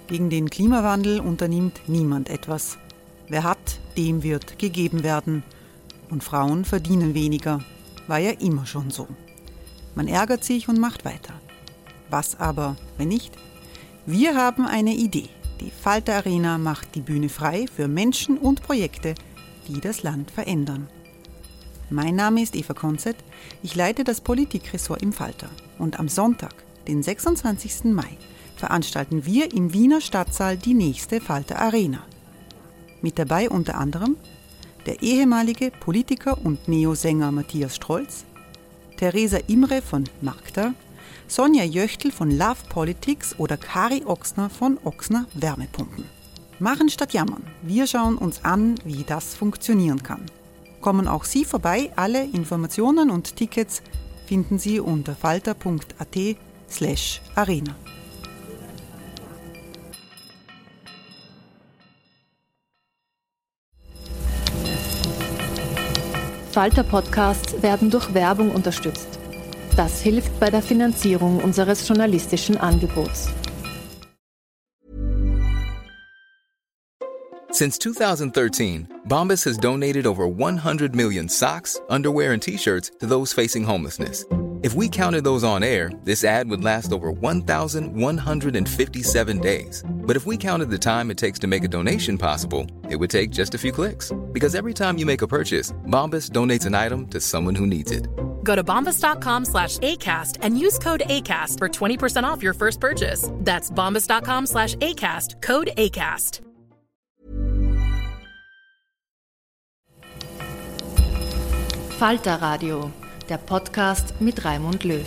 Gegen den Klimawandel unternimmt niemand etwas. Wer hat, dem wird gegeben werden. Und Frauen verdienen weniger. War ja immer schon so. Man ärgert sich und macht weiter. Was aber, wenn nicht? Wir haben eine Idee. Die Falter Arena macht die Bühne frei für Menschen und Projekte, die das Land verändern. Mein Name ist Eva Konzett. Ich leite das Politikressort im Falter. Und am Sonntag, den 26. Mai, veranstalten wir im Wiener Stadtsaal die nächste Falter Arena. Mit dabei unter anderem der ehemalige Politiker und Neosänger Matthias Strolz, Theresa Imre von Magda, Sonja Jöchtl von Love Politics oder Kari Ochsner von Ochsner Wärmepumpen. Machen statt jammern. Wir schauen uns an, wie das funktionieren kann. Kommen auch Sie vorbei. Alle Informationen und Tickets finden Sie unter falter.at/arena. Falter-Podcasts werden durch Werbung unterstützt. Das hilft bei der Finanzierung unseres journalistischen Angebots. Since 2013, Bombas has donated over 100 million socks, underwear, and T-shirts to those facing homelessness. If we counted those on air, this ad would last over 1,157 days. But if we counted the time it takes to make a donation possible, it would take just a few clicks. Because every time you make a purchase, Bombas donates an item to someone who needs it. Go to bombas.com/ACAST and use code ACAST for 20% off your first purchase. That's bombas.com/ACAST, code ACAST. Falter Radio, der Podcast mit Raimund Löw.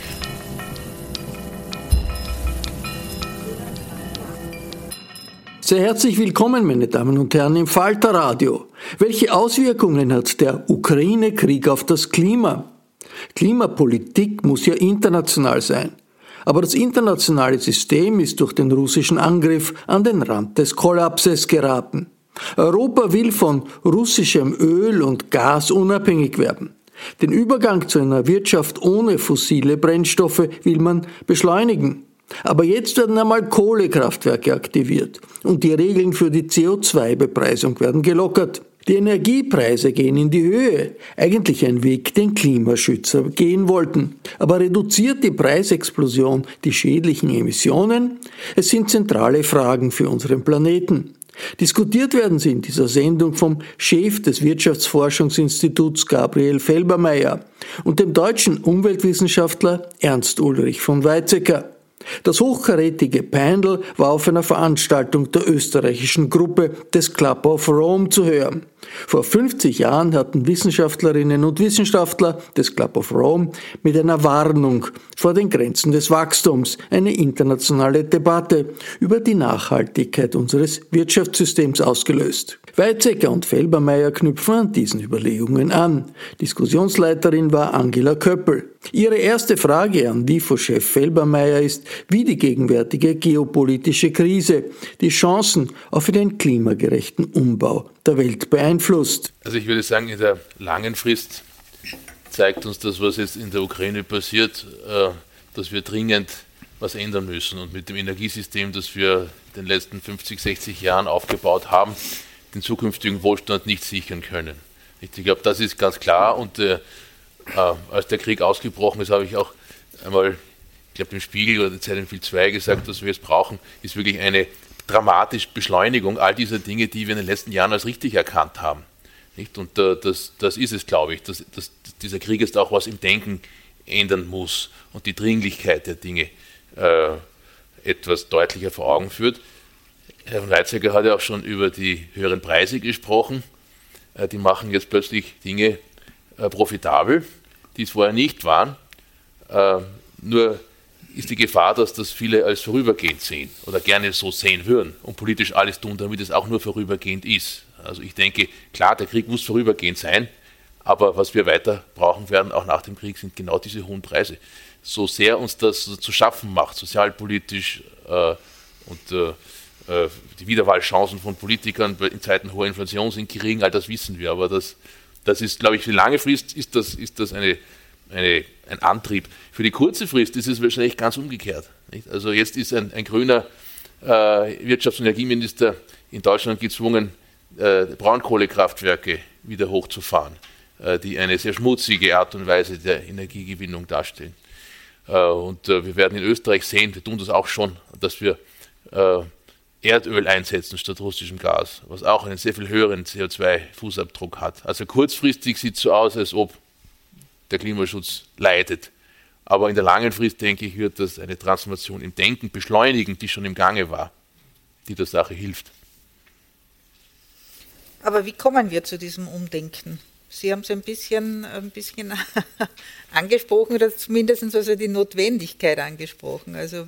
Sehr herzlich willkommen, meine Damen und Herren, im Falter Radio. Welche Auswirkungen hat der Ukraine-Krieg auf das Klima? Klimapolitik muss ja international sein. Aber das internationale System ist durch den russischen Angriff an den Rand des Kollapses geraten. Europa will von russischem Öl und Gas unabhängig werden. Den Übergang zu einer Wirtschaft ohne fossile Brennstoffe will man beschleunigen. Aber jetzt werden einmal Kohlekraftwerke aktiviert und die Regeln für die CO2-Bepreisung werden gelockert. Die Energiepreise gehen in die Höhe, eigentlich ein Weg, den Klimaschützer gehen wollten. Aber reduziert die Preisexplosion die schädlichen Emissionen? Es sind zentrale Fragen für unseren Planeten. Diskutiert werden sie in dieser Sendung vom Chef des Wirtschaftsforschungsinstituts Gabriel Felbermayr und dem deutschen Umweltwissenschaftler Ernst Ulrich von Weizsäcker. Das hochkarätige Panel war auf einer Veranstaltung der österreichischen Gruppe des Club of Rome zu hören. Vor 50 Jahren hatten Wissenschaftlerinnen und Wissenschaftler des Club of Rome mit einer Warnung vor den Grenzen des Wachstums eine internationale Debatte über die Nachhaltigkeit unseres Wirtschaftssystems ausgelöst. Weizsäcker und Felbermayr knüpfen an diesen Überlegungen an. Diskussionsleiterin war Angela Köppel. Ihre erste Frage an WIFO-Chef Felbermayr ist, wie die gegenwärtige geopolitische Krise die Chancen auf einen klimagerechten Umbau der Welt beeinflusst. Also ich würde sagen, in der langen Frist zeigt uns das, was jetzt in der Ukraine passiert, dass wir dringend was ändern müssen und mit dem Energiesystem, das wir in den letzten 50, 60 Jahren aufgebaut haben, den zukünftigen Wohlstand nicht sichern können. Ich glaube, das ist ganz klar und als der Krieg ausgebrochen ist, habe ich auch einmal, ich glaube im Spiegel oder in Zeitung Bild 2 gesagt, was wir jetzt brauchen, ist wirklich eine dramatische Beschleunigung all dieser Dinge, die wir in den letzten Jahren als richtig erkannt haben. Nicht? Und das ist es, glaube ich, dass dieser Krieg jetzt auch was im Denken ändern muss und die Dringlichkeit der Dinge etwas deutlicher vor Augen führt. Herr von Weizsäcker hat ja auch schon über die höheren Preise gesprochen. Die machen jetzt plötzlich Dinge profitabel, die es vorher nicht waren. Nur ist die Gefahr, dass das viele als vorübergehend sehen oder gerne so sehen würden und politisch alles tun, damit es auch nur vorübergehend ist. Also ich denke, klar, der Krieg muss vorübergehend sein, aber was wir weiter brauchen werden, auch nach dem Krieg, sind genau diese hohen Preise. So sehr uns das zu schaffen macht, sozialpolitisch und die Wiederwahlchancen von Politikern in Zeiten hoher Inflation sind gering, all das wissen wir, aber das ist, glaube ich, für die lange Frist ist das ein Antrieb. Für die kurze Frist ist es wahrscheinlich ganz umgekehrt. Nicht? Also jetzt ist ein grüner Wirtschafts- und Energieminister in Deutschland gezwungen, Braunkohlekraftwerke wieder hochzufahren, die eine sehr schmutzige Art und Weise der Energiegewinnung darstellen. Und wir werden in Österreich sehen, wir tun das auch schon, dass wir Erdöl einsetzen statt russischem Gas, was auch einen sehr viel höheren CO2-Fußabdruck hat. Also kurzfristig sieht es so aus, als ob der Klimaschutz leidet. Aber in der langen Frist, denke ich, wird das eine Transformation im Denken beschleunigen, die schon im Gange war, die der Sache hilft. Aber wie kommen wir zu diesem Umdenken? Sie haben es ein bisschen angesprochen, oder zumindest also die Notwendigkeit angesprochen. Also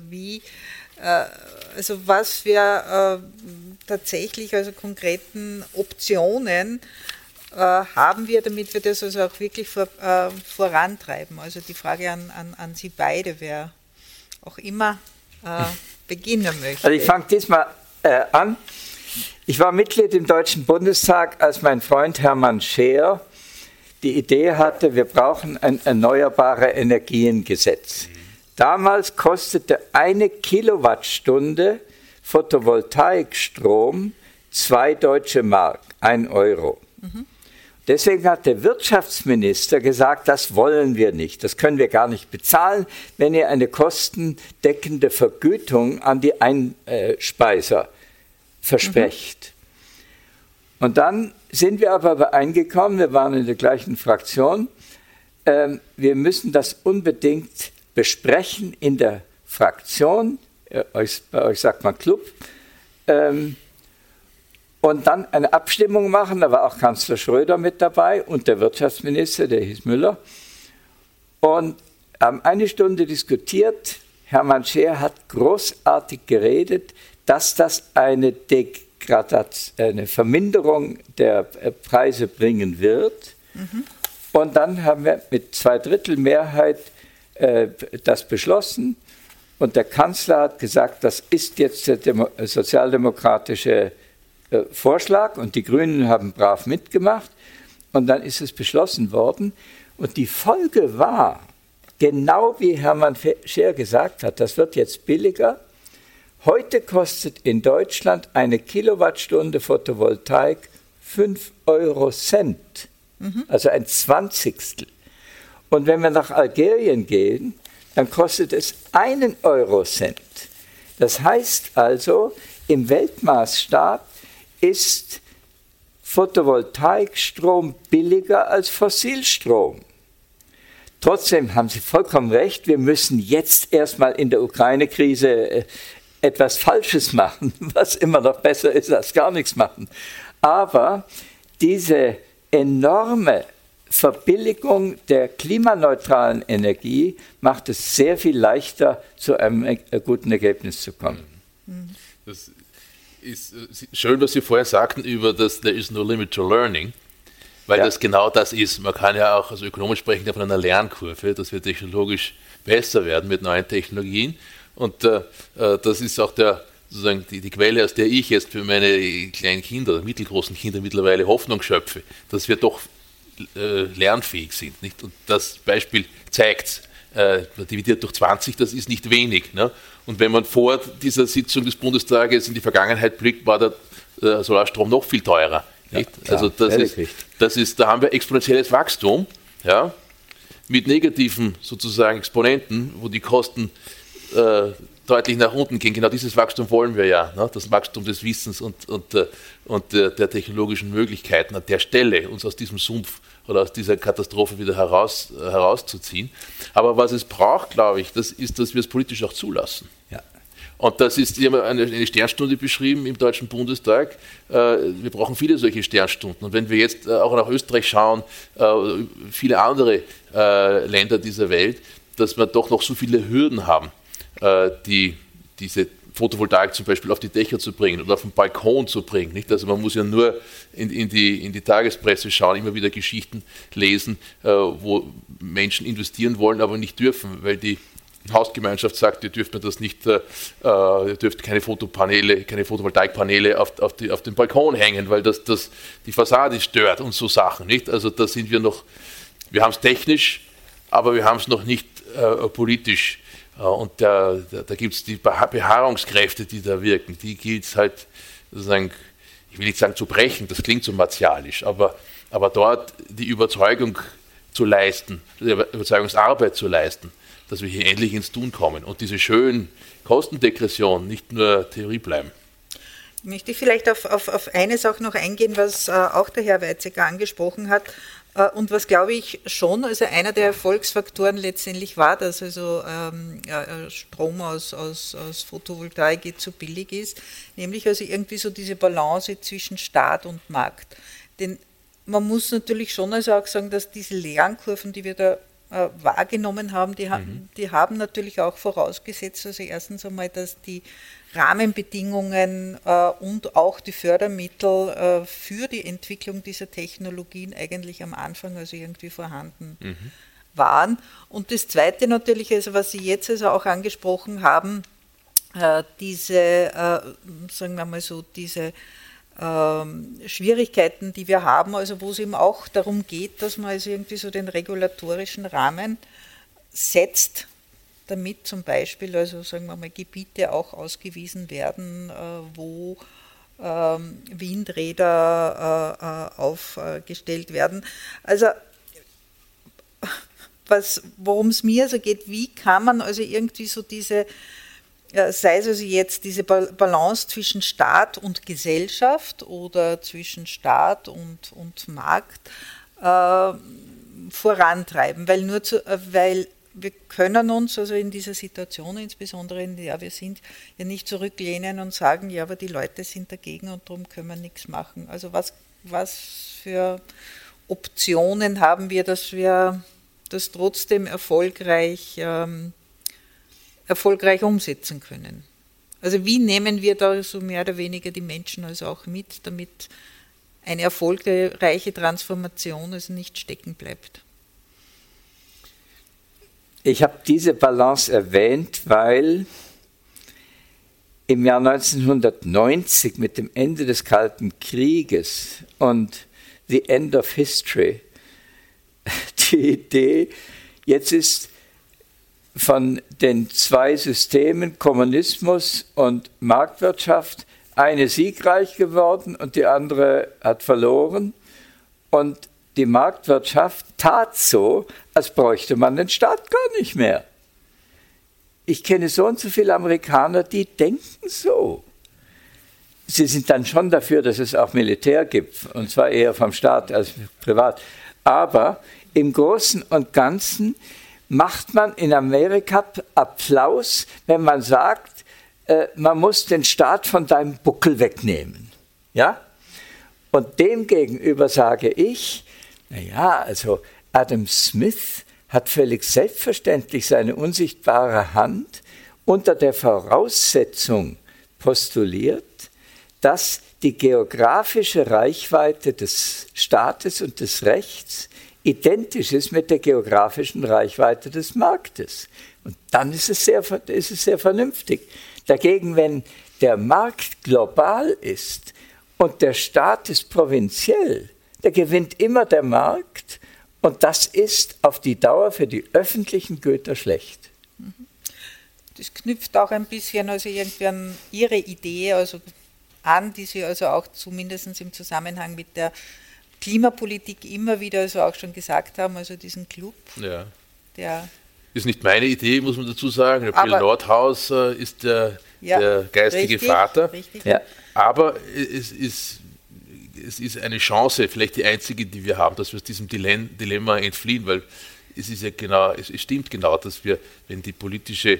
was wir tatsächlich, also konkreten Optionen haben wir, damit wir das also auch wirklich vorantreiben. Also die Frage an Sie beide, wer auch immer beginnen möchte. Also ich fange diesmal an. Ich war Mitglied im Deutschen Bundestag, als mein Freund Hermann Scheer die Idee hatte, wir brauchen ein erneuerbare Energiengesetz. Damals kostete 1 Kilowattstunde Photovoltaikstrom 2 deutsche Mark, 1 Euro. Deswegen hat der Wirtschaftsminister gesagt, das wollen wir nicht, das können wir gar nicht bezahlen, wenn ihr eine kostendeckende Vergütung an die Einspeiser versprecht. Und dann sind wir aber übereingekommen, wir waren in der gleichen Fraktion, wir müssen das unbedingt besprechen in der Fraktion, bei euch sagt man Club, und dann eine Abstimmung machen, da war auch Kanzler Schröder mit dabei und der Wirtschaftsminister, der hieß Müller, und haben eine Stunde diskutiert. Hermann Scheer hat großartig geredet, dass das eine Verminderung der Preise bringen wird. Und dann haben wir mit 2/3 Mehrheit das beschlossen. Und der Kanzler hat gesagt, das ist jetzt der sozialdemokratische Vorschlag. Und die Grünen haben brav mitgemacht. Und dann ist es beschlossen worden. Und die Folge war, genau wie Hermann Scheer gesagt hat, das wird jetzt billiger. Heute kostet in Deutschland 1 Kilowattstunde Photovoltaik 5 Eurocent, also ein 20. Und wenn wir nach Algerien gehen, dann kostet es 1 Eurocent. Das heißt also, im Weltmaßstab ist Photovoltaikstrom billiger als Fossilstrom. Trotzdem haben Sie vollkommen recht, wir müssen jetzt erstmal in der Ukraine-Krise etwas Falsches machen, was immer noch besser ist als gar nichts machen. Aber diese enorme Verbilligung der klimaneutralen Energie macht es sehr viel leichter, zu einem guten Ergebnis zu kommen. Das ist schön, was Sie vorher sagten über das There is no limit to learning, weil das genau das ist. Man kann ja auch, also ökonomisch sprechen, von einer Lernkurve, dass wir technologisch besser werden mit neuen Technologien. Und das ist auch sozusagen die Quelle, aus der ich jetzt für meine kleinen Kinder, mittelgroßen Kinder mittlerweile Hoffnung schöpfe, dass wir doch lernfähig sind. Nicht? Und das Beispiel zeigt es. Dividiert durch 20, das ist nicht wenig. Ne? Und wenn man vor dieser Sitzung des Bundestages in die Vergangenheit blickt, war der Solarstrom noch viel teurer. Nicht? Ja, also da haben wir exponentielles Wachstum, ja, mit negativen sozusagen Exponenten, wo die Kosten deutlich nach unten gehen. Genau dieses Wachstum wollen wir ja, ne? Das Wachstum des Wissens und der technologischen Möglichkeiten an der Stelle, uns aus diesem Sumpf oder aus dieser Katastrophe wieder herauszuziehen. Aber was es braucht, glaube ich, das ist, dass wir es politisch auch zulassen. Ja. Und das ist, Sie haben eine Sternstunde beschrieben im Deutschen Bundestag. Wir brauchen viele solche Sternstunden. Und wenn wir jetzt auch nach Österreich schauen, viele andere Länder dieser Welt, dass wir doch noch so viele Hürden haben, diese Photovoltaik zum Beispiel auf die Dächer zu bringen oder auf den Balkon zu bringen. Nicht? Also man muss ja nur in die Tagespresse schauen, immer wieder Geschichten lesen, wo Menschen investieren wollen, aber nicht dürfen, weil die Hausgemeinschaft sagt, ihr dürft mir das nicht, ihr dürft keine Photovoltaikpaneele auf den Balkon hängen, weil das die Fassade stört und so Sachen. Nicht? Also da sind wir haben es technisch, aber wir haben es noch nicht politisch. Und da gibt es die Beharrungskräfte, die da wirken, die gilt es halt sozusagen, ich will nicht sagen zu brechen, das klingt so martialisch, aber dort die Überzeugung zu leisten, die Überzeugungsarbeit zu leisten, dass wir hier endlich ins Tun kommen und diese schönen Kostendegressionen nicht nur Theorie bleiben. Möchte ich vielleicht auf eines auch noch eingehen, was auch der Herr Weizsäcker angesprochen hat und was, glaube ich, schon also einer der Erfolgsfaktoren letztendlich war, dass also Strom aus Photovoltaik zu billig ist, nämlich also irgendwie so diese Balance zwischen Staat und Markt. Denn man muss natürlich schon also auch sagen, dass diese Lernkurven, die wir da wahrgenommen haben, die haben natürlich auch vorausgesetzt, also erstens einmal, dass die Rahmenbedingungen und auch die Fördermittel für die Entwicklung dieser Technologien eigentlich am Anfang also irgendwie vorhanden waren. Und das Zweite natürlich, also was Sie jetzt also auch angesprochen haben, diese, sagen wir mal so, diese Schwierigkeiten, die wir haben, also wo es eben auch darum geht, dass man also irgendwie so den regulatorischen Rahmen setzt, damit zum Beispiel, also sagen wir mal, Gebiete auch ausgewiesen werden, wo Windräder aufgestellt werden. Also worum es mir also geht, wie kann man also irgendwie so diese, sei es also jetzt diese Balance zwischen Staat und Gesellschaft oder zwischen Staat und Markt vorantreiben, weil wir können uns also in dieser Situation, insbesondere in der wir sind, ja nicht zurücklehnen und sagen, ja, aber die Leute sind dagegen und darum können wir nichts machen. Also was für Optionen haben wir, dass wir das trotzdem erfolgreich umsetzen können? Also wie nehmen wir da so mehr oder weniger die Menschen also auch mit, damit eine erfolgreiche Transformation also nicht stecken bleibt? Ich habe diese Balance erwähnt, weil im Jahr 1990 mit dem Ende des Kalten Krieges und The End of History die Idee, jetzt ist von den zwei Systemen, Kommunismus und Marktwirtschaft, eine siegreich geworden und die andere hat verloren. Und die Marktwirtschaft tat so, als bräuchte man den Staat gar nicht mehr. Ich kenne so und so viele Amerikaner, die denken so. Sie sind dann schon dafür, dass es auch Militär gibt, und zwar eher vom Staat als privat. Aber im Großen und Ganzen macht man in Amerika Applaus, wenn man sagt, man muss den Staat von deinem Buckel wegnehmen. Ja? Und demgegenüber sage ich, naja, also Adam Smith hat völlig selbstverständlich seine unsichtbare Hand unter der Voraussetzung postuliert, dass die geografische Reichweite des Staates und des Rechts identisch ist mit der geografischen Reichweite des Marktes. Und dann ist es sehr vernünftig. Dagegen, wenn der Markt global ist und der Staat ist provinziell, da gewinnt immer der Markt und das ist auf die Dauer für die öffentlichen Güter schlecht. Das knüpft auch ein bisschen also irgendwie an Ihre Idee also an, die Sie also auch zumindest im Zusammenhang mit der Klimapolitik immer wieder also auch schon gesagt haben, also diesen Club. Ja. Der ist nicht meine Idee, muss man dazu sagen. Der Bill Nordhaus ist der geistige Vater. Richtig. Ja. Aber es ist eine Chance, vielleicht die einzige, die wir haben, dass wir aus diesem Dilemma entfliehen, weil es ist ja genau, es stimmt genau, dass wir, wenn der politische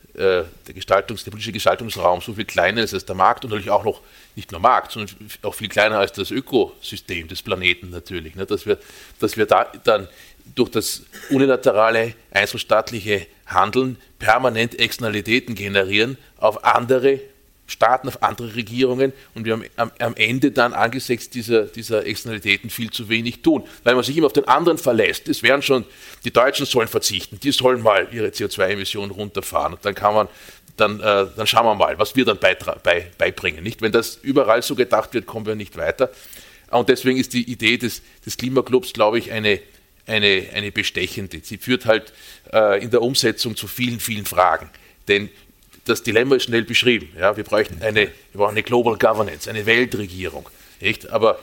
Gestaltungsraum so viel kleiner ist als der Markt und natürlich auch noch nicht nur Markt, sondern auch viel kleiner als das Ökosystem des Planeten natürlich, ne, dass wir da dann durch das unilaterale, einzelstaatliche Handeln permanent Externalitäten generieren auf andere Staaten, auf andere Regierungen und wir am Ende dann angesichts dieser Externalitäten viel zu wenig tun, weil man sich immer auf den anderen verlässt. Es wären schon, die Deutschen sollen verzichten, die sollen mal ihre CO2-Emissionen runterfahren und dann dann schauen wir mal, was wir dann beibringen. Nicht? Wenn das überall so gedacht wird, kommen wir nicht weiter. Und deswegen ist die Idee des Klimaclubs, glaube ich, eine eine bestechende. Sie führt halt in der Umsetzung zu vielen, vielen Fragen. Denn das Dilemma ist schnell beschrieben. Ja? Wir brauchen eine Global Governance, eine Weltregierung. Nicht? Aber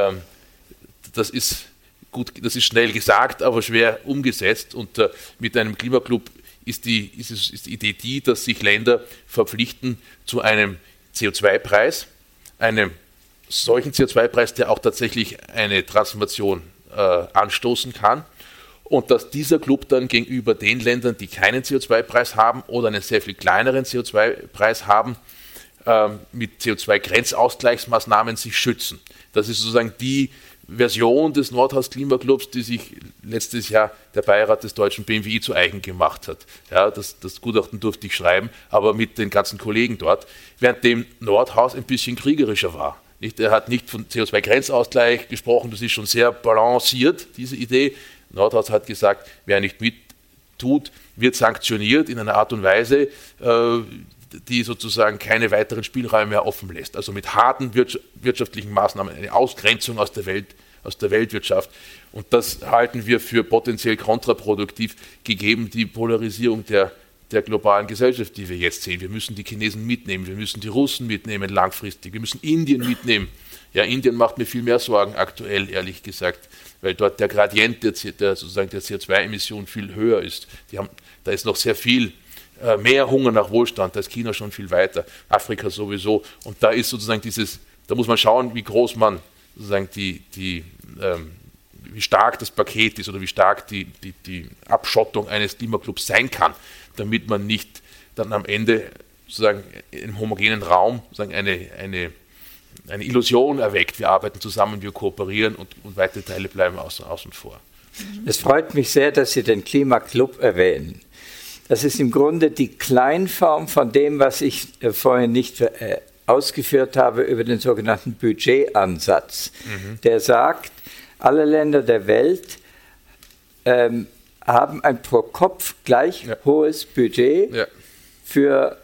das ist schnell gesagt, aber schwer umgesetzt. Und mit einem Klimaclub ist die Idee die, dass sich Länder verpflichten zu einem CO2-Preis, einem solchen CO2-Preis, der auch tatsächlich eine Transformation anstoßen kann. Und dass dieser Club dann gegenüber den Ländern, die keinen CO2-Preis haben oder einen sehr viel kleineren CO2-Preis haben, mit CO2-Grenzausgleichsmaßnahmen sich schützen. Das ist sozusagen die Version des Nordhaus Klimaclubs, die sich letztes Jahr der Beirat des deutschen BMWI zu eigen gemacht hat. Ja, das Gutachten durfte ich schreiben, aber mit den ganzen Kollegen dort, während dem Nordhaus ein bisschen kriegerischer war. Er hat nicht von CO2-Grenzausgleich gesprochen, das ist schon sehr balanciert, diese Idee. Nordhaus hat gesagt, wer nicht mittut, wird sanktioniert in einer Art und Weise, die sozusagen keine weiteren Spielräume mehr offen lässt. Also mit harten wirtschaftlichen Maßnahmen, eine Ausgrenzung aus der Weltwirtschaft. Und das halten wir für potenziell kontraproduktiv, gegeben die Polarisierung der globalen Gesellschaft, die wir jetzt sehen. Wir müssen die Chinesen mitnehmen, wir müssen die Russen mitnehmen langfristig, wir müssen Indien mitnehmen. Ja, Indien macht mir viel mehr Sorgen aktuell, ehrlich gesagt, weil dort der Gradient der CO2-Emissionen viel höher ist. Da ist noch sehr viel mehr Hunger nach Wohlstand, da ist China schon viel weiter, Afrika sowieso. Und da ist sozusagen da muss man schauen, wie groß man sozusagen wie stark das Paket ist oder wie stark die Abschottung eines Klimaclubs sein kann, damit man nicht dann am Ende sozusagen im homogenen Raum sozusagen eine Illusion erweckt. Wir arbeiten zusammen, wir kooperieren und weitere Teile bleiben außen vor. Es freut mich sehr, dass Sie den Klimaclub erwähnen. Das ist im Grunde die Kleinform von dem, was ich vorhin nicht ausgeführt habe über den sogenannten Budgetansatz, der sagt, alle Länder der Welt haben ein pro Kopf gleich hohes Budget für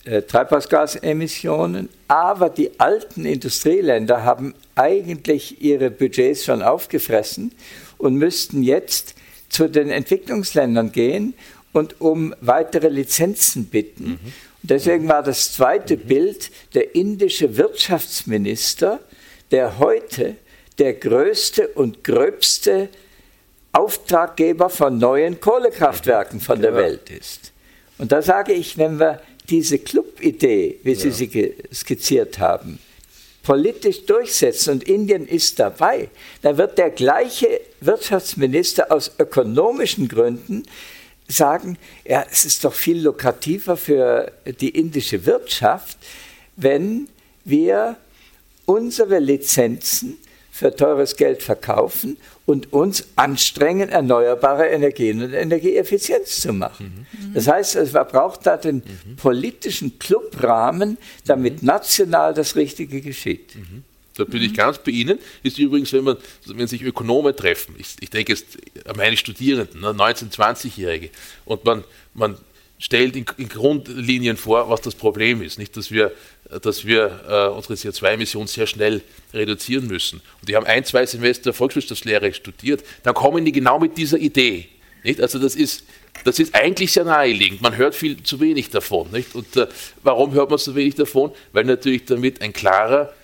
Treibhausgasemissionen, aber die alten Industrieländer haben eigentlich ihre Budgets schon aufgefressen und müssten jetzt zu den Entwicklungsländern gehen und um weitere Lizenzen bitten. Und deswegen war das zweite Bild der indische Wirtschaftsminister, der heute der größte und gröbste Auftraggeber von neuen Kohlekraftwerken von der Welt ist. Und da sage ich, wenn wir diese Club-Idee, wie Sie sie skizziert haben, politisch durchsetzen und Indien ist dabei, dann wird der gleiche Wirtschaftsminister aus ökonomischen Gründen sagen, ja, es ist doch viel lukrativer für die indische Wirtschaft, wenn wir unsere Lizenzen für teures Geld verkaufen und uns anstrengen, erneuerbare Energien und Energieeffizienz zu machen. Das heißt, man braucht da den politischen Clubrahmen, damit national das Richtige geschieht. Da bin ich ganz bei Ihnen. Ist übrigens, wenn sich Ökonomen treffen, ich denke jetzt an meine Studierenden, 19-, 20-Jährige, und man stellt in Grundlinien vor, was das Problem ist. Nicht, dass wir unsere CO2-Emissionen sehr schnell reduzieren müssen. Und die haben 1-2 Semester Volkswirtschaftslehre studiert, dann kommen die genau mit dieser Idee. Nicht? Also das ist eigentlich sehr naheliegend. Man hört viel zu wenig davon. Nicht? Und warum hört man so wenig davon? Weil natürlich damit ein klarer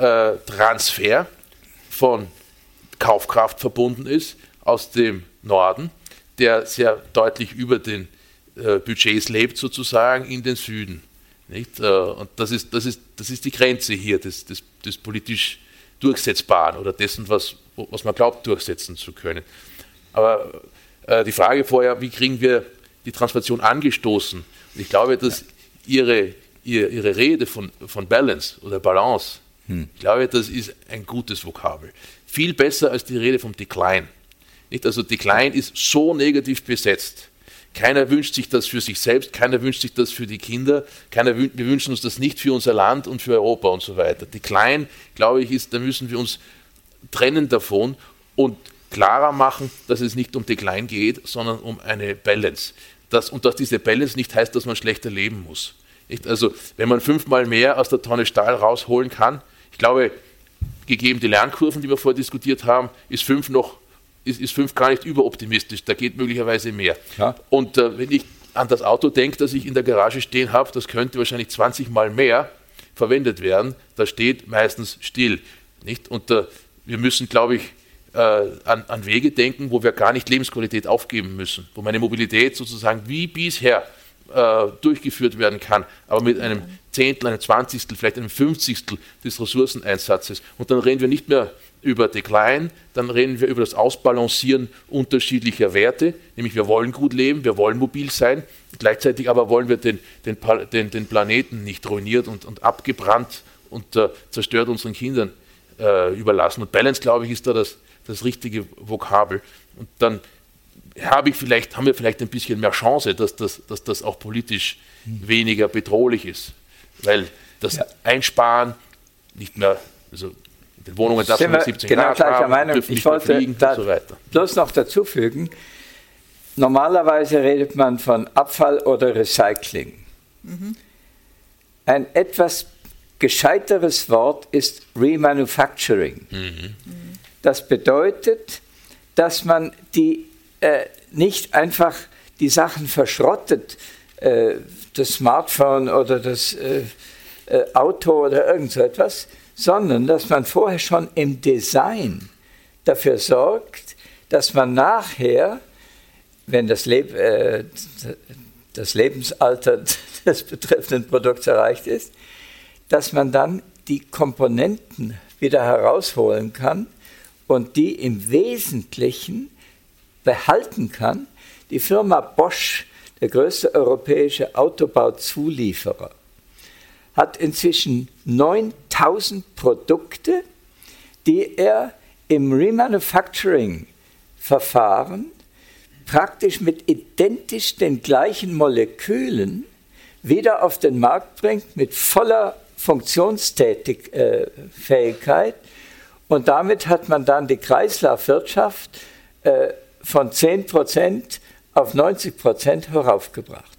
Transfer von Kaufkraft verbunden ist aus dem Norden, der sehr deutlich über den Budgets lebt sozusagen, in den Süden. Nicht? Und das ist die Grenze hier des politisch Durchsetzbaren oder dessen, was man glaubt, durchsetzen zu können. Aber die Frage vorher, wie kriegen wir die Transformation angestoßen? Und ich glaube, dass Ihre Rede von Balance oder Balance, ich glaube, das ist ein gutes Vokabel. Viel besser als die Rede vom Decline. Nicht? Also Decline ist so negativ besetzt. Keiner wünscht sich das für sich selbst, keiner wünscht sich das für die Kinder, wir wünschen uns das nicht für unser Land und für Europa und so weiter. Decline, glaube ich, da müssen wir uns trennen davon und klarer machen, dass es nicht um Decline geht, sondern um eine Balance. Und dass diese Balance nicht heißt, dass man schlechter leben muss. Nicht? Also wenn man 5-mal mehr aus der Tonne Stahl rausholen kann, ich glaube, gegeben die Lernkurven, die wir vorher diskutiert haben, ist 5 noch ist 5 gar nicht überoptimistisch, da geht möglicherweise mehr. Ja. Und wenn ich an das Auto denke, das ich in der Garage stehen habe, das könnte wahrscheinlich 20 Mal mehr verwendet werden, das steht meistens still. Nicht? Und wir müssen, glaube ich, an Wege denken, wo wir gar nicht Lebensqualität aufgeben müssen, wo meine Mobilität sozusagen wie bisher durchgeführt werden kann, aber mit einem Zehntel, einem Zwanzigstel, vielleicht einem Fünfzigstel des Ressourceneinsatzes. Und dann reden wir nicht mehr über Decline, dann reden wir über das Ausbalancieren unterschiedlicher Werte, nämlich wir wollen gut leben, wir wollen mobil sein, gleichzeitig aber wollen wir den Planeten nicht ruiniert und abgebrannt und zerstört unseren Kindern überlassen. Und Balance, glaube ich, ist da das richtige Vokabel. Und dann haben wir vielleicht ein bisschen mehr Chance, dass das auch politisch weniger bedrohlich ist. Weil das Einsparen nicht mehr, also in den Wohnungen darf man 17 genau Grad gleicher haben, Meinung. dürfen Ich nicht mehr wollte fliegen da und so weiter. bloß noch dazu fügen, normalerweise redet man von Abfall oder Recycling. Ein etwas gescheiteres Wort ist Remanufacturing. Das bedeutet, dass man nicht einfach die Sachen verschrottet, das Smartphone oder das Auto oder irgend so etwas, sondern dass man vorher schon im Design dafür sorgt, dass man nachher, wenn das Lebensalter des betreffenden Produkts erreicht ist, dass man dann die Komponenten wieder herausholen kann und die im Wesentlichen behalten kann. Die Firma Bosch, der größte europäische Autobauzulieferer, hat inzwischen 9000 Produkte, die er im Remanufacturing-Verfahren praktisch mit identisch den gleichen Molekülen wieder auf den Markt bringt, mit voller Funktionsfähigkeit. Und damit hat man dann die Kreislaufwirtschaft von 10% auf 90% heraufgebracht.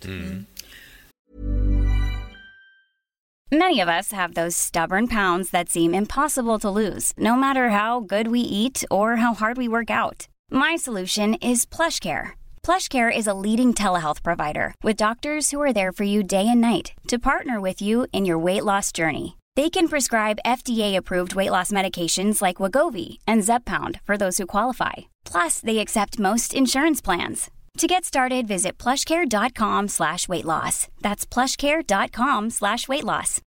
Many of us have those stubborn pounds that seem impossible to lose, no matter how good we eat or how hard we work out. My solution is PlushCare. PlushCare is a leading telehealth provider with doctors who are there for you day and night to partner with you in your weight loss journey. They can prescribe FDA-approved weight loss medications like Wegovy and Zepbound for those who qualify. Plus, they accept most insurance plans. To get started, visit plushcare.com/weightloss. That's plushcare.com/weightloss.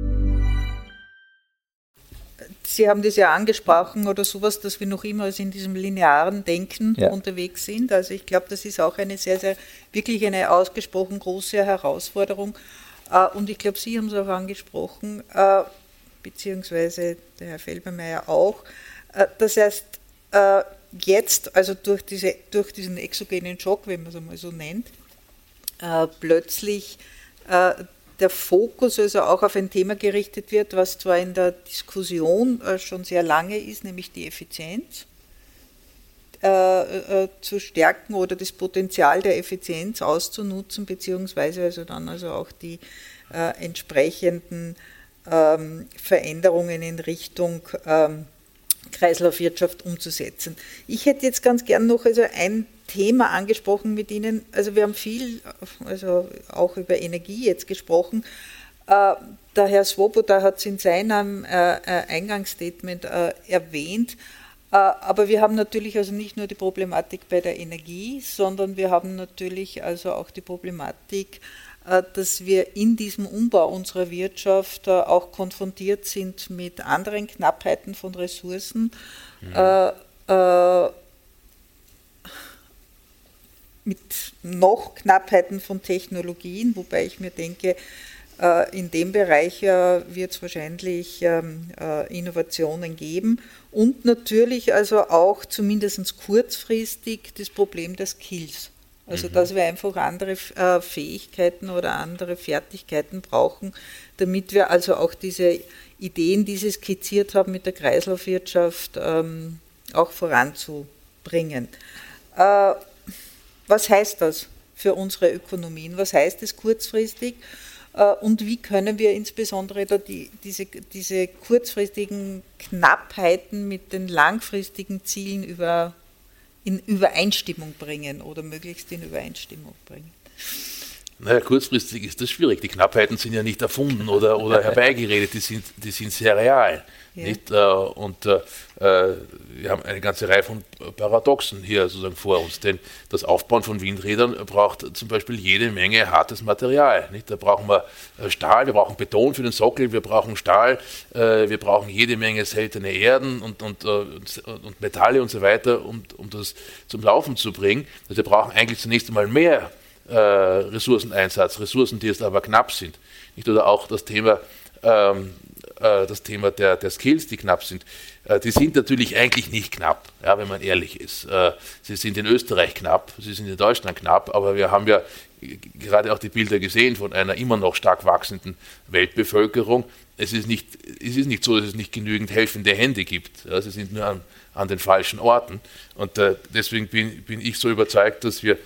Sie haben das ja angesprochen oder sowas, dass wir noch immer in diesem linearen Denken unterwegs sind. Also ich glaube, das ist auch wirklich eine ausgesprochen große Herausforderung. Und ich glaube, Sie haben es auch angesprochen, beziehungsweise der Herr Felbermayr auch. Das heißt, jetzt, also durch diesen exogenen Schock, wenn man es einmal so nennt, plötzlich der Fokus also auch auf ein Thema gerichtet wird, was zwar in der Diskussion schon sehr lange ist, nämlich die Effizienz zu stärken oder das Potenzial der Effizienz auszunutzen, beziehungsweise also dann also auch die entsprechenden Veränderungen in Richtung Kreislaufwirtschaft umzusetzen. Ich hätte jetzt ganz gern noch also ein Thema angesprochen mit Ihnen. Also wir haben viel, also auch über Energie jetzt gesprochen. Der Herr Swoboda hat es in seinem Eingangsstatement erwähnt. Aber wir haben natürlich also nicht nur die Problematik bei der Energie, sondern wir haben natürlich also auch die Problematik, dass wir in diesem Umbau unserer Wirtschaft auch konfrontiert sind mit anderen Knappheiten von Ressourcen, mit noch Knappheiten von Technologien, wobei ich mir denke, in dem Bereich wird es wahrscheinlich Innovationen geben und natürlich also auch zumindest kurzfristig das Problem der Skills. Also dass wir einfach andere Fähigkeiten oder andere Fertigkeiten brauchen, damit wir also auch diese Ideen, die Sie skizziert haben mit der Kreislaufwirtschaft, auch voranzubringen. Was heißt das für unsere Ökonomien? Was heißt es kurzfristig? Und wie können wir insbesondere da diese kurzfristigen Knappheiten mit den langfristigen Zielen in Übereinstimmung bringen oder möglichst in Übereinstimmung bringen. Naja, kurzfristig ist das schwierig. Die Knappheiten sind ja nicht erfunden oder herbeigeredet, die sind sehr real. Ja. Nicht? Und wir haben eine ganze Reihe von Paradoxen hier sozusagen vor uns, denn das Aufbauen von Windrädern braucht zum Beispiel jede Menge hartes Material. Nicht? Da brauchen wir Stahl, wir brauchen Beton für den Sockel, wir brauchen Stahl, wir brauchen jede Menge seltene Erden und Metalle und so weiter, um das zum Laufen zu bringen. Also wir brauchen eigentlich zunächst einmal mehr Ressourceneinsatz, Ressourcen, die jetzt aber knapp sind. Nicht? Oder auch das Thema der Skills, die knapp sind, die sind natürlich eigentlich nicht knapp, ja, wenn man ehrlich ist. Sie sind in Österreich knapp, sie sind in Deutschland knapp, aber wir haben ja gerade auch die Bilder gesehen von einer immer noch stark wachsenden Weltbevölkerung. Es ist nicht so, dass es nicht genügend helfende Hände gibt. Ja, sie sind nur an den falschen Orten. Und deswegen bin ich so überzeugt, dass wir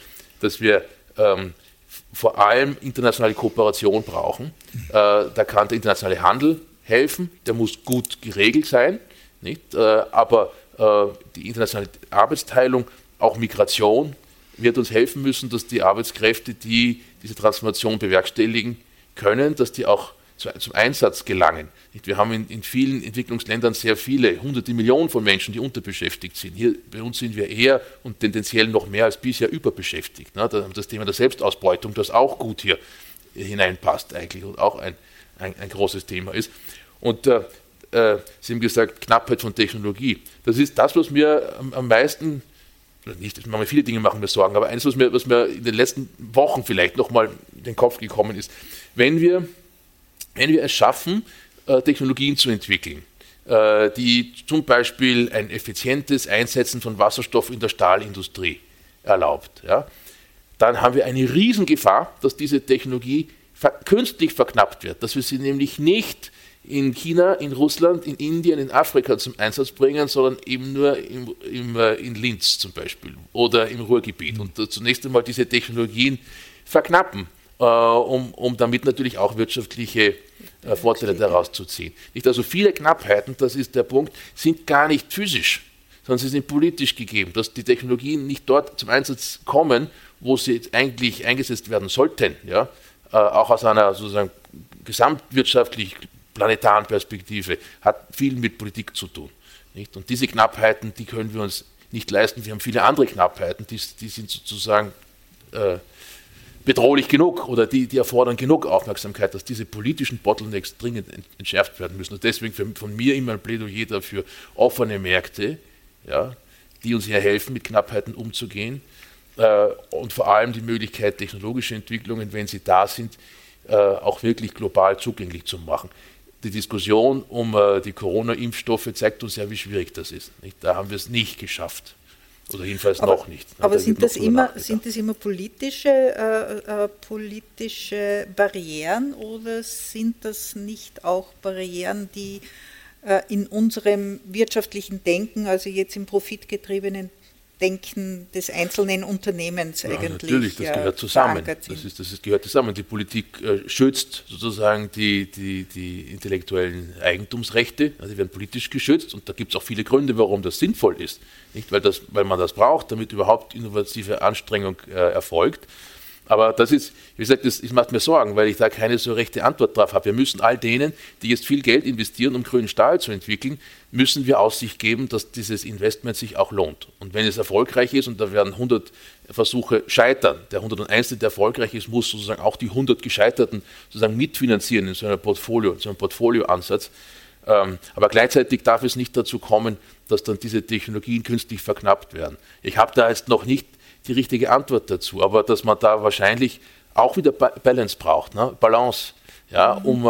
vor allem internationale Kooperation brauchen. Da kann der internationale Handel helfen, der muss gut geregelt sein, nicht? Aber die internationale Arbeitsteilung, auch Migration, wird uns helfen müssen, dass die Arbeitskräfte, die diese Transformation bewerkstelligen können, dass die auch zum Einsatz gelangen. Wir haben in vielen Entwicklungsländern sehr viele, hunderte Millionen von Menschen, die unterbeschäftigt sind. Hier bei uns sind wir eher und tendenziell noch mehr als bisher überbeschäftigt. Das Thema der Selbstausbeutung, das auch gut hier hineinpasst eigentlich und auch ein großes Thema ist. Und Sie haben gesagt, Knappheit von Technologie. Das ist das, was mir am meisten, nicht, viele Dinge machen mir Sorgen, aber eines, was mir in den letzten Wochen vielleicht nochmal in den Kopf gekommen ist, wenn wir es schaffen, Technologien zu entwickeln, die zum Beispiel ein effizientes Einsetzen von Wasserstoff in der Stahlindustrie erlaubt, ja, dann haben wir eine Riesengefahr, dass diese Technologie künstlich verknappt wird, dass wir sie nämlich nicht in China, in Russland, in Indien, in Afrika zum Einsatz bringen, sondern eben nur in Linz zum Beispiel oder im Ruhrgebiet. Und zunächst einmal diese Technologien verknappen, um damit natürlich auch wirtschaftliche Vorteile daraus zu ziehen. Nicht? Also viele Knappheiten, das ist der Punkt, sind gar nicht physisch, sondern sie sind politisch gegeben, dass die Technologien nicht dort zum Einsatz kommen, wo sie jetzt eigentlich eingesetzt werden sollten, ja? Auch aus einer sozusagen gesamtwirtschaftlich planetaren Perspektive, hat viel mit Politik zu tun. Nicht? Und diese Knappheiten, die können wir uns nicht leisten. Wir haben viele andere Knappheiten, die sind sozusagen bedrohlich genug oder die erfordern genug Aufmerksamkeit, dass diese politischen Bottlenecks dringend entschärft werden müssen. Und deswegen von mir immer ein Plädoyer dafür, offene Märkte, ja, die uns hier helfen, mit Knappheiten umzugehen und vor allem die Möglichkeit, technologische Entwicklungen, wenn sie da sind, auch wirklich global zugänglich zu machen. Die Diskussion um die Corona-Impfstoffe zeigt uns ja, wie schwierig das ist. Nicht? Da haben wir es nicht geschafft. Oder jedenfalls noch nicht. Aber sind das immer politische Barrieren oder sind das nicht auch Barrieren, die in unserem wirtschaftlichen Denken, also jetzt im profitgetriebenen Denken des einzelnen Unternehmens eigentlich natürlich, das gehört zusammen. Das gehört zusammen. Die Politik schützt sozusagen die intellektuellen Eigentumsrechte, also die werden politisch geschützt und da gibt es auch viele Gründe, warum das sinnvoll ist. Nicht, weil man das braucht, damit überhaupt innovative Anstrengung erfolgt. Aber das ist, wie gesagt, das macht mir Sorgen, weil ich da keine so rechte Antwort drauf habe. Wir müssen all denen, die jetzt viel Geld investieren, um grünen Stahl zu entwickeln, müssen wir Aussicht geben, dass dieses Investment sich auch lohnt. Und wenn es erfolgreich ist, und da werden 100 Versuche scheitern, der 101., der erfolgreich ist, muss sozusagen auch die 100 Gescheiterten sozusagen mitfinanzieren in so einem Portfolioansatz. Aber gleichzeitig darf es nicht dazu kommen, dass dann diese Technologien künstlich verknappt werden. Ich habe da jetzt noch nicht die richtige Antwort dazu, aber dass man da wahrscheinlich auch wieder Balance braucht, ne? Balance, ja, um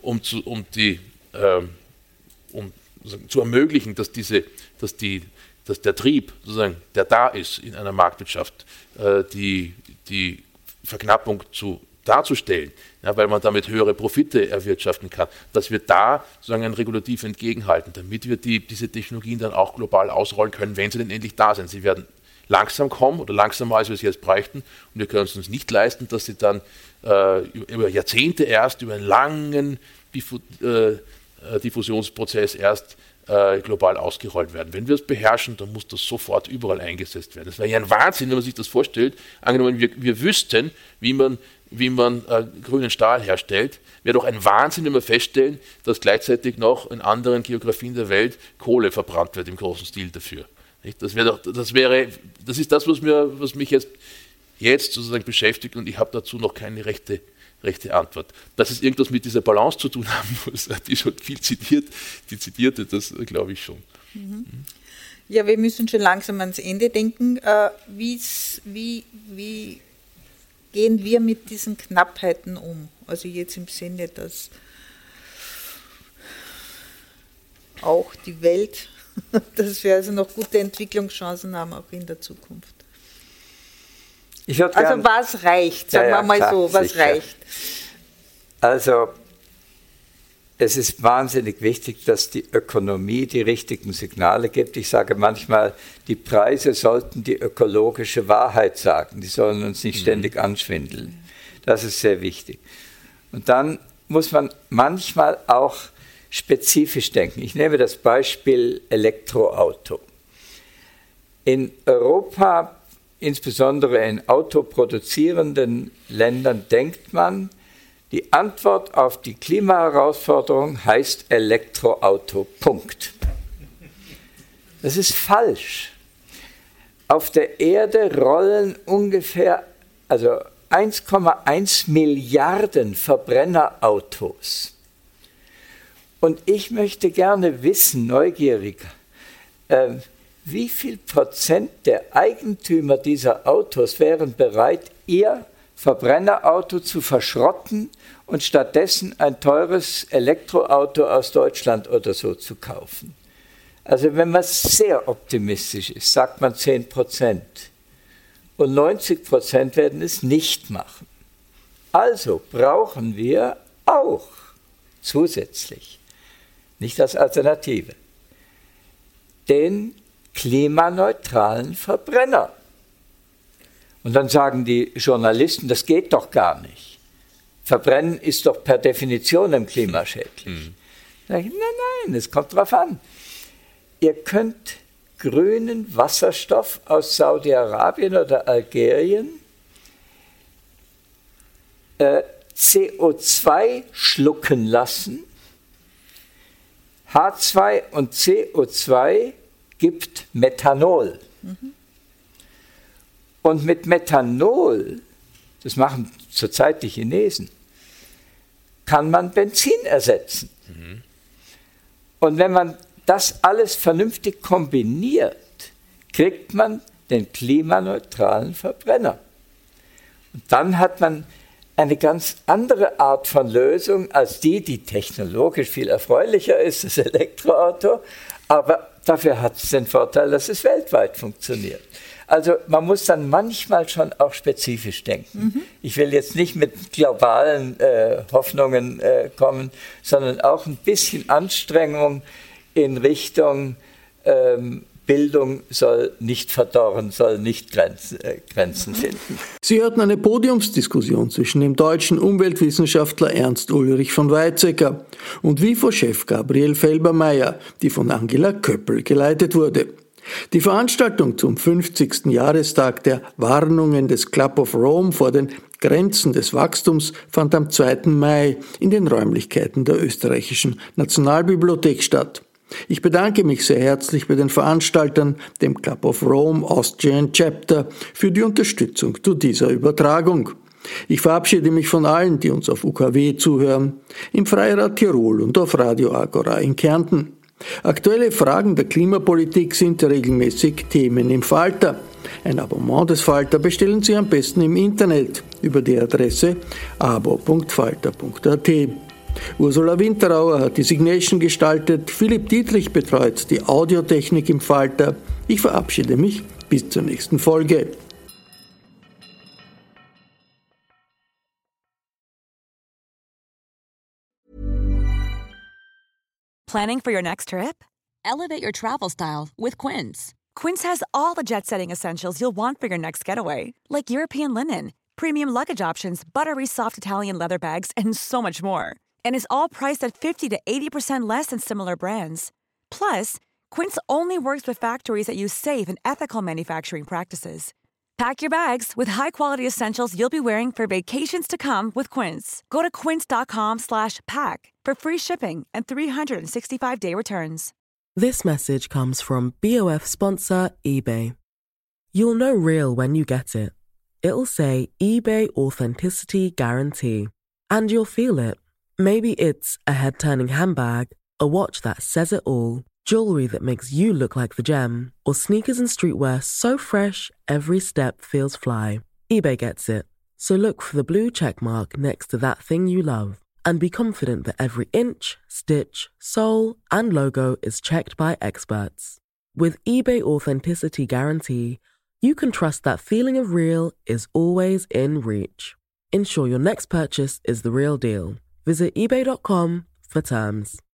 zu ermöglichen, dass der Trieb, sozusagen, der da ist in einer Marktwirtschaft, die Verknappung darzustellen, ja, weil man damit höhere Profite erwirtschaften kann, dass wir da sozusagen ein Regulativ entgegenhalten, damit wir diese Technologien dann auch global ausrollen können, wenn sie denn endlich da sind. Sie werden langsam kommen oder langsamer, als wir es jetzt bräuchten. Und wir können es uns nicht leisten, dass sie dann über Jahrzehnte erst, über einen langen Diffusionsprozess erst global ausgerollt werden. Wenn wir es beherrschen, dann muss das sofort überall eingesetzt werden. Das wäre ja ein Wahnsinn, wenn man sich das vorstellt. Angenommen, wir wüssten, wie man grünen Stahl herstellt, wäre doch ein Wahnsinn, wenn wir feststellen, dass gleichzeitig noch in anderen Geografien der Welt Kohle verbrannt wird im großen Stil dafür. Das ist das, was mich jetzt sozusagen beschäftigt, und ich habe dazu noch keine rechte Antwort. Dass es irgendwas mit dieser Balance zu tun haben muss, die schon viel zitierte, das glaube ich schon. Ja, wir müssen schon langsam ans Ende denken. Wie gehen wir mit diesen Knappheiten um? Also jetzt im Sinne, dass auch die Welt, dass wir also noch gute Entwicklungschancen haben, auch in der Zukunft. Also was reicht, sagen wir mal klar, so, was sicher. Reicht? Also es ist wahnsinnig wichtig, dass die Ökonomie die richtigen Signale gibt. Ich sage manchmal, die Preise sollten die ökologische Wahrheit sagen. Die sollen uns nicht ständig anschwindeln. Das ist sehr wichtig. Und dann muss man manchmal auch spezifisch denken. Ich nehme das Beispiel Elektroauto. In Europa, insbesondere in autoproduzierenden Ländern, denkt man, die Antwort auf die Klimaherausforderung heißt Elektroauto, Punkt. Das ist falsch. Auf der Erde rollen ungefähr 1,1 Milliarden Verbrennerautos. Und ich möchte gerne wissen, neugierig, wie viel Prozent der Eigentümer dieser Autos wären bereit, ihr Verbrennerauto zu verschrotten und stattdessen ein teures Elektroauto aus Deutschland oder so zu kaufen. Also wenn man sehr optimistisch ist, sagt man 10%. Und 90% werden es nicht machen. Also brauchen wir auch zusätzlich, nicht als Alternative, den klimaneutralen Verbrenner. Und dann sagen die Journalisten, das geht doch gar nicht. Verbrennen ist doch per Definition klimaschädlich. Da sage ich, nein, es kommt drauf an. Ihr könnt grünen Wasserstoff aus Saudi-Arabien oder Algerien CO2 schlucken lassen. H2 und CO2 gibt Methanol. Und mit Methanol, das machen zurzeit die Chinesen, kann man Benzin ersetzen. Und wenn man das alles vernünftig kombiniert, kriegt man den klimaneutralen Verbrenner. Und dann hat man eine ganz andere Art von Lösung als die technologisch viel erfreulicher ist, das Elektroauto, aber dafür hat es den Vorteil, dass es weltweit funktioniert. Also man muss dann manchmal schon auch spezifisch denken. Ich will jetzt nicht mit globalen Hoffnungen kommen, sondern auch ein bisschen Anstrengung in Richtung Bildung soll nicht verdorren, soll nicht Grenzen finden. Sie hörten eine Podiumsdiskussion zwischen dem deutschen Umweltwissenschaftler Ernst Ulrich von Weizsäcker und WIFO-Chef Gabriel Felbermayr, die von Angela Köppel geleitet wurde. Die Veranstaltung zum 50. Jahrestag der Warnungen des Club of Rome vor den Grenzen des Wachstums fand am 2. Mai in den Räumlichkeiten der Österreichischen Nationalbibliothek statt. Ich bedanke mich sehr herzlich bei den Veranstaltern, dem Club of Rome Austrian Chapter, für die Unterstützung zu dieser Übertragung. Ich verabschiede mich von allen, die uns auf UKW zuhören, im Freirad Tirol und auf Radio Agora in Kärnten. Aktuelle Fragen der Klimapolitik sind regelmäßig Themen im Falter. Ein Abonnement des Falter bestellen Sie am besten im Internet über die Adresse abo.falter.at. Ursula Winterauer hat die Signation gestaltet, Philipp Dietrich betreut die Audiotechnik im Falter. Ich verabschiede mich bis zur nächsten Folge. Planning for your next trip? Elevate your travel style with Quince. Quince has all the jet-setting essentials you'll want for your next getaway, like European linen, premium luggage options, buttery soft Italian leather bags, and so much more. And is all priced at 50 to 80% less than similar brands. Plus, Quince only works with factories that use safe and ethical manufacturing practices. Pack your bags with high-quality essentials you'll be wearing for vacations to come with Quince. Go to quince.com/pack for free shipping and 365-day returns. This message comes from BOF sponsor eBay. You'll know real when you get it. It'll say eBay Authenticity Guarantee. And you'll feel it. Maybe it's a head-turning handbag, a watch that says it all, jewelry that makes you look like the gem, or sneakers and streetwear so fresh every step feels fly. eBay gets it. So look for the blue check mark next to that thing you love and be confident that every inch, stitch, sole, and logo is checked by experts. With eBay Authenticity Guarantee, you can trust that feeling of real is always in reach. Ensure your next purchase is the real deal. Visit ebay.com for terms.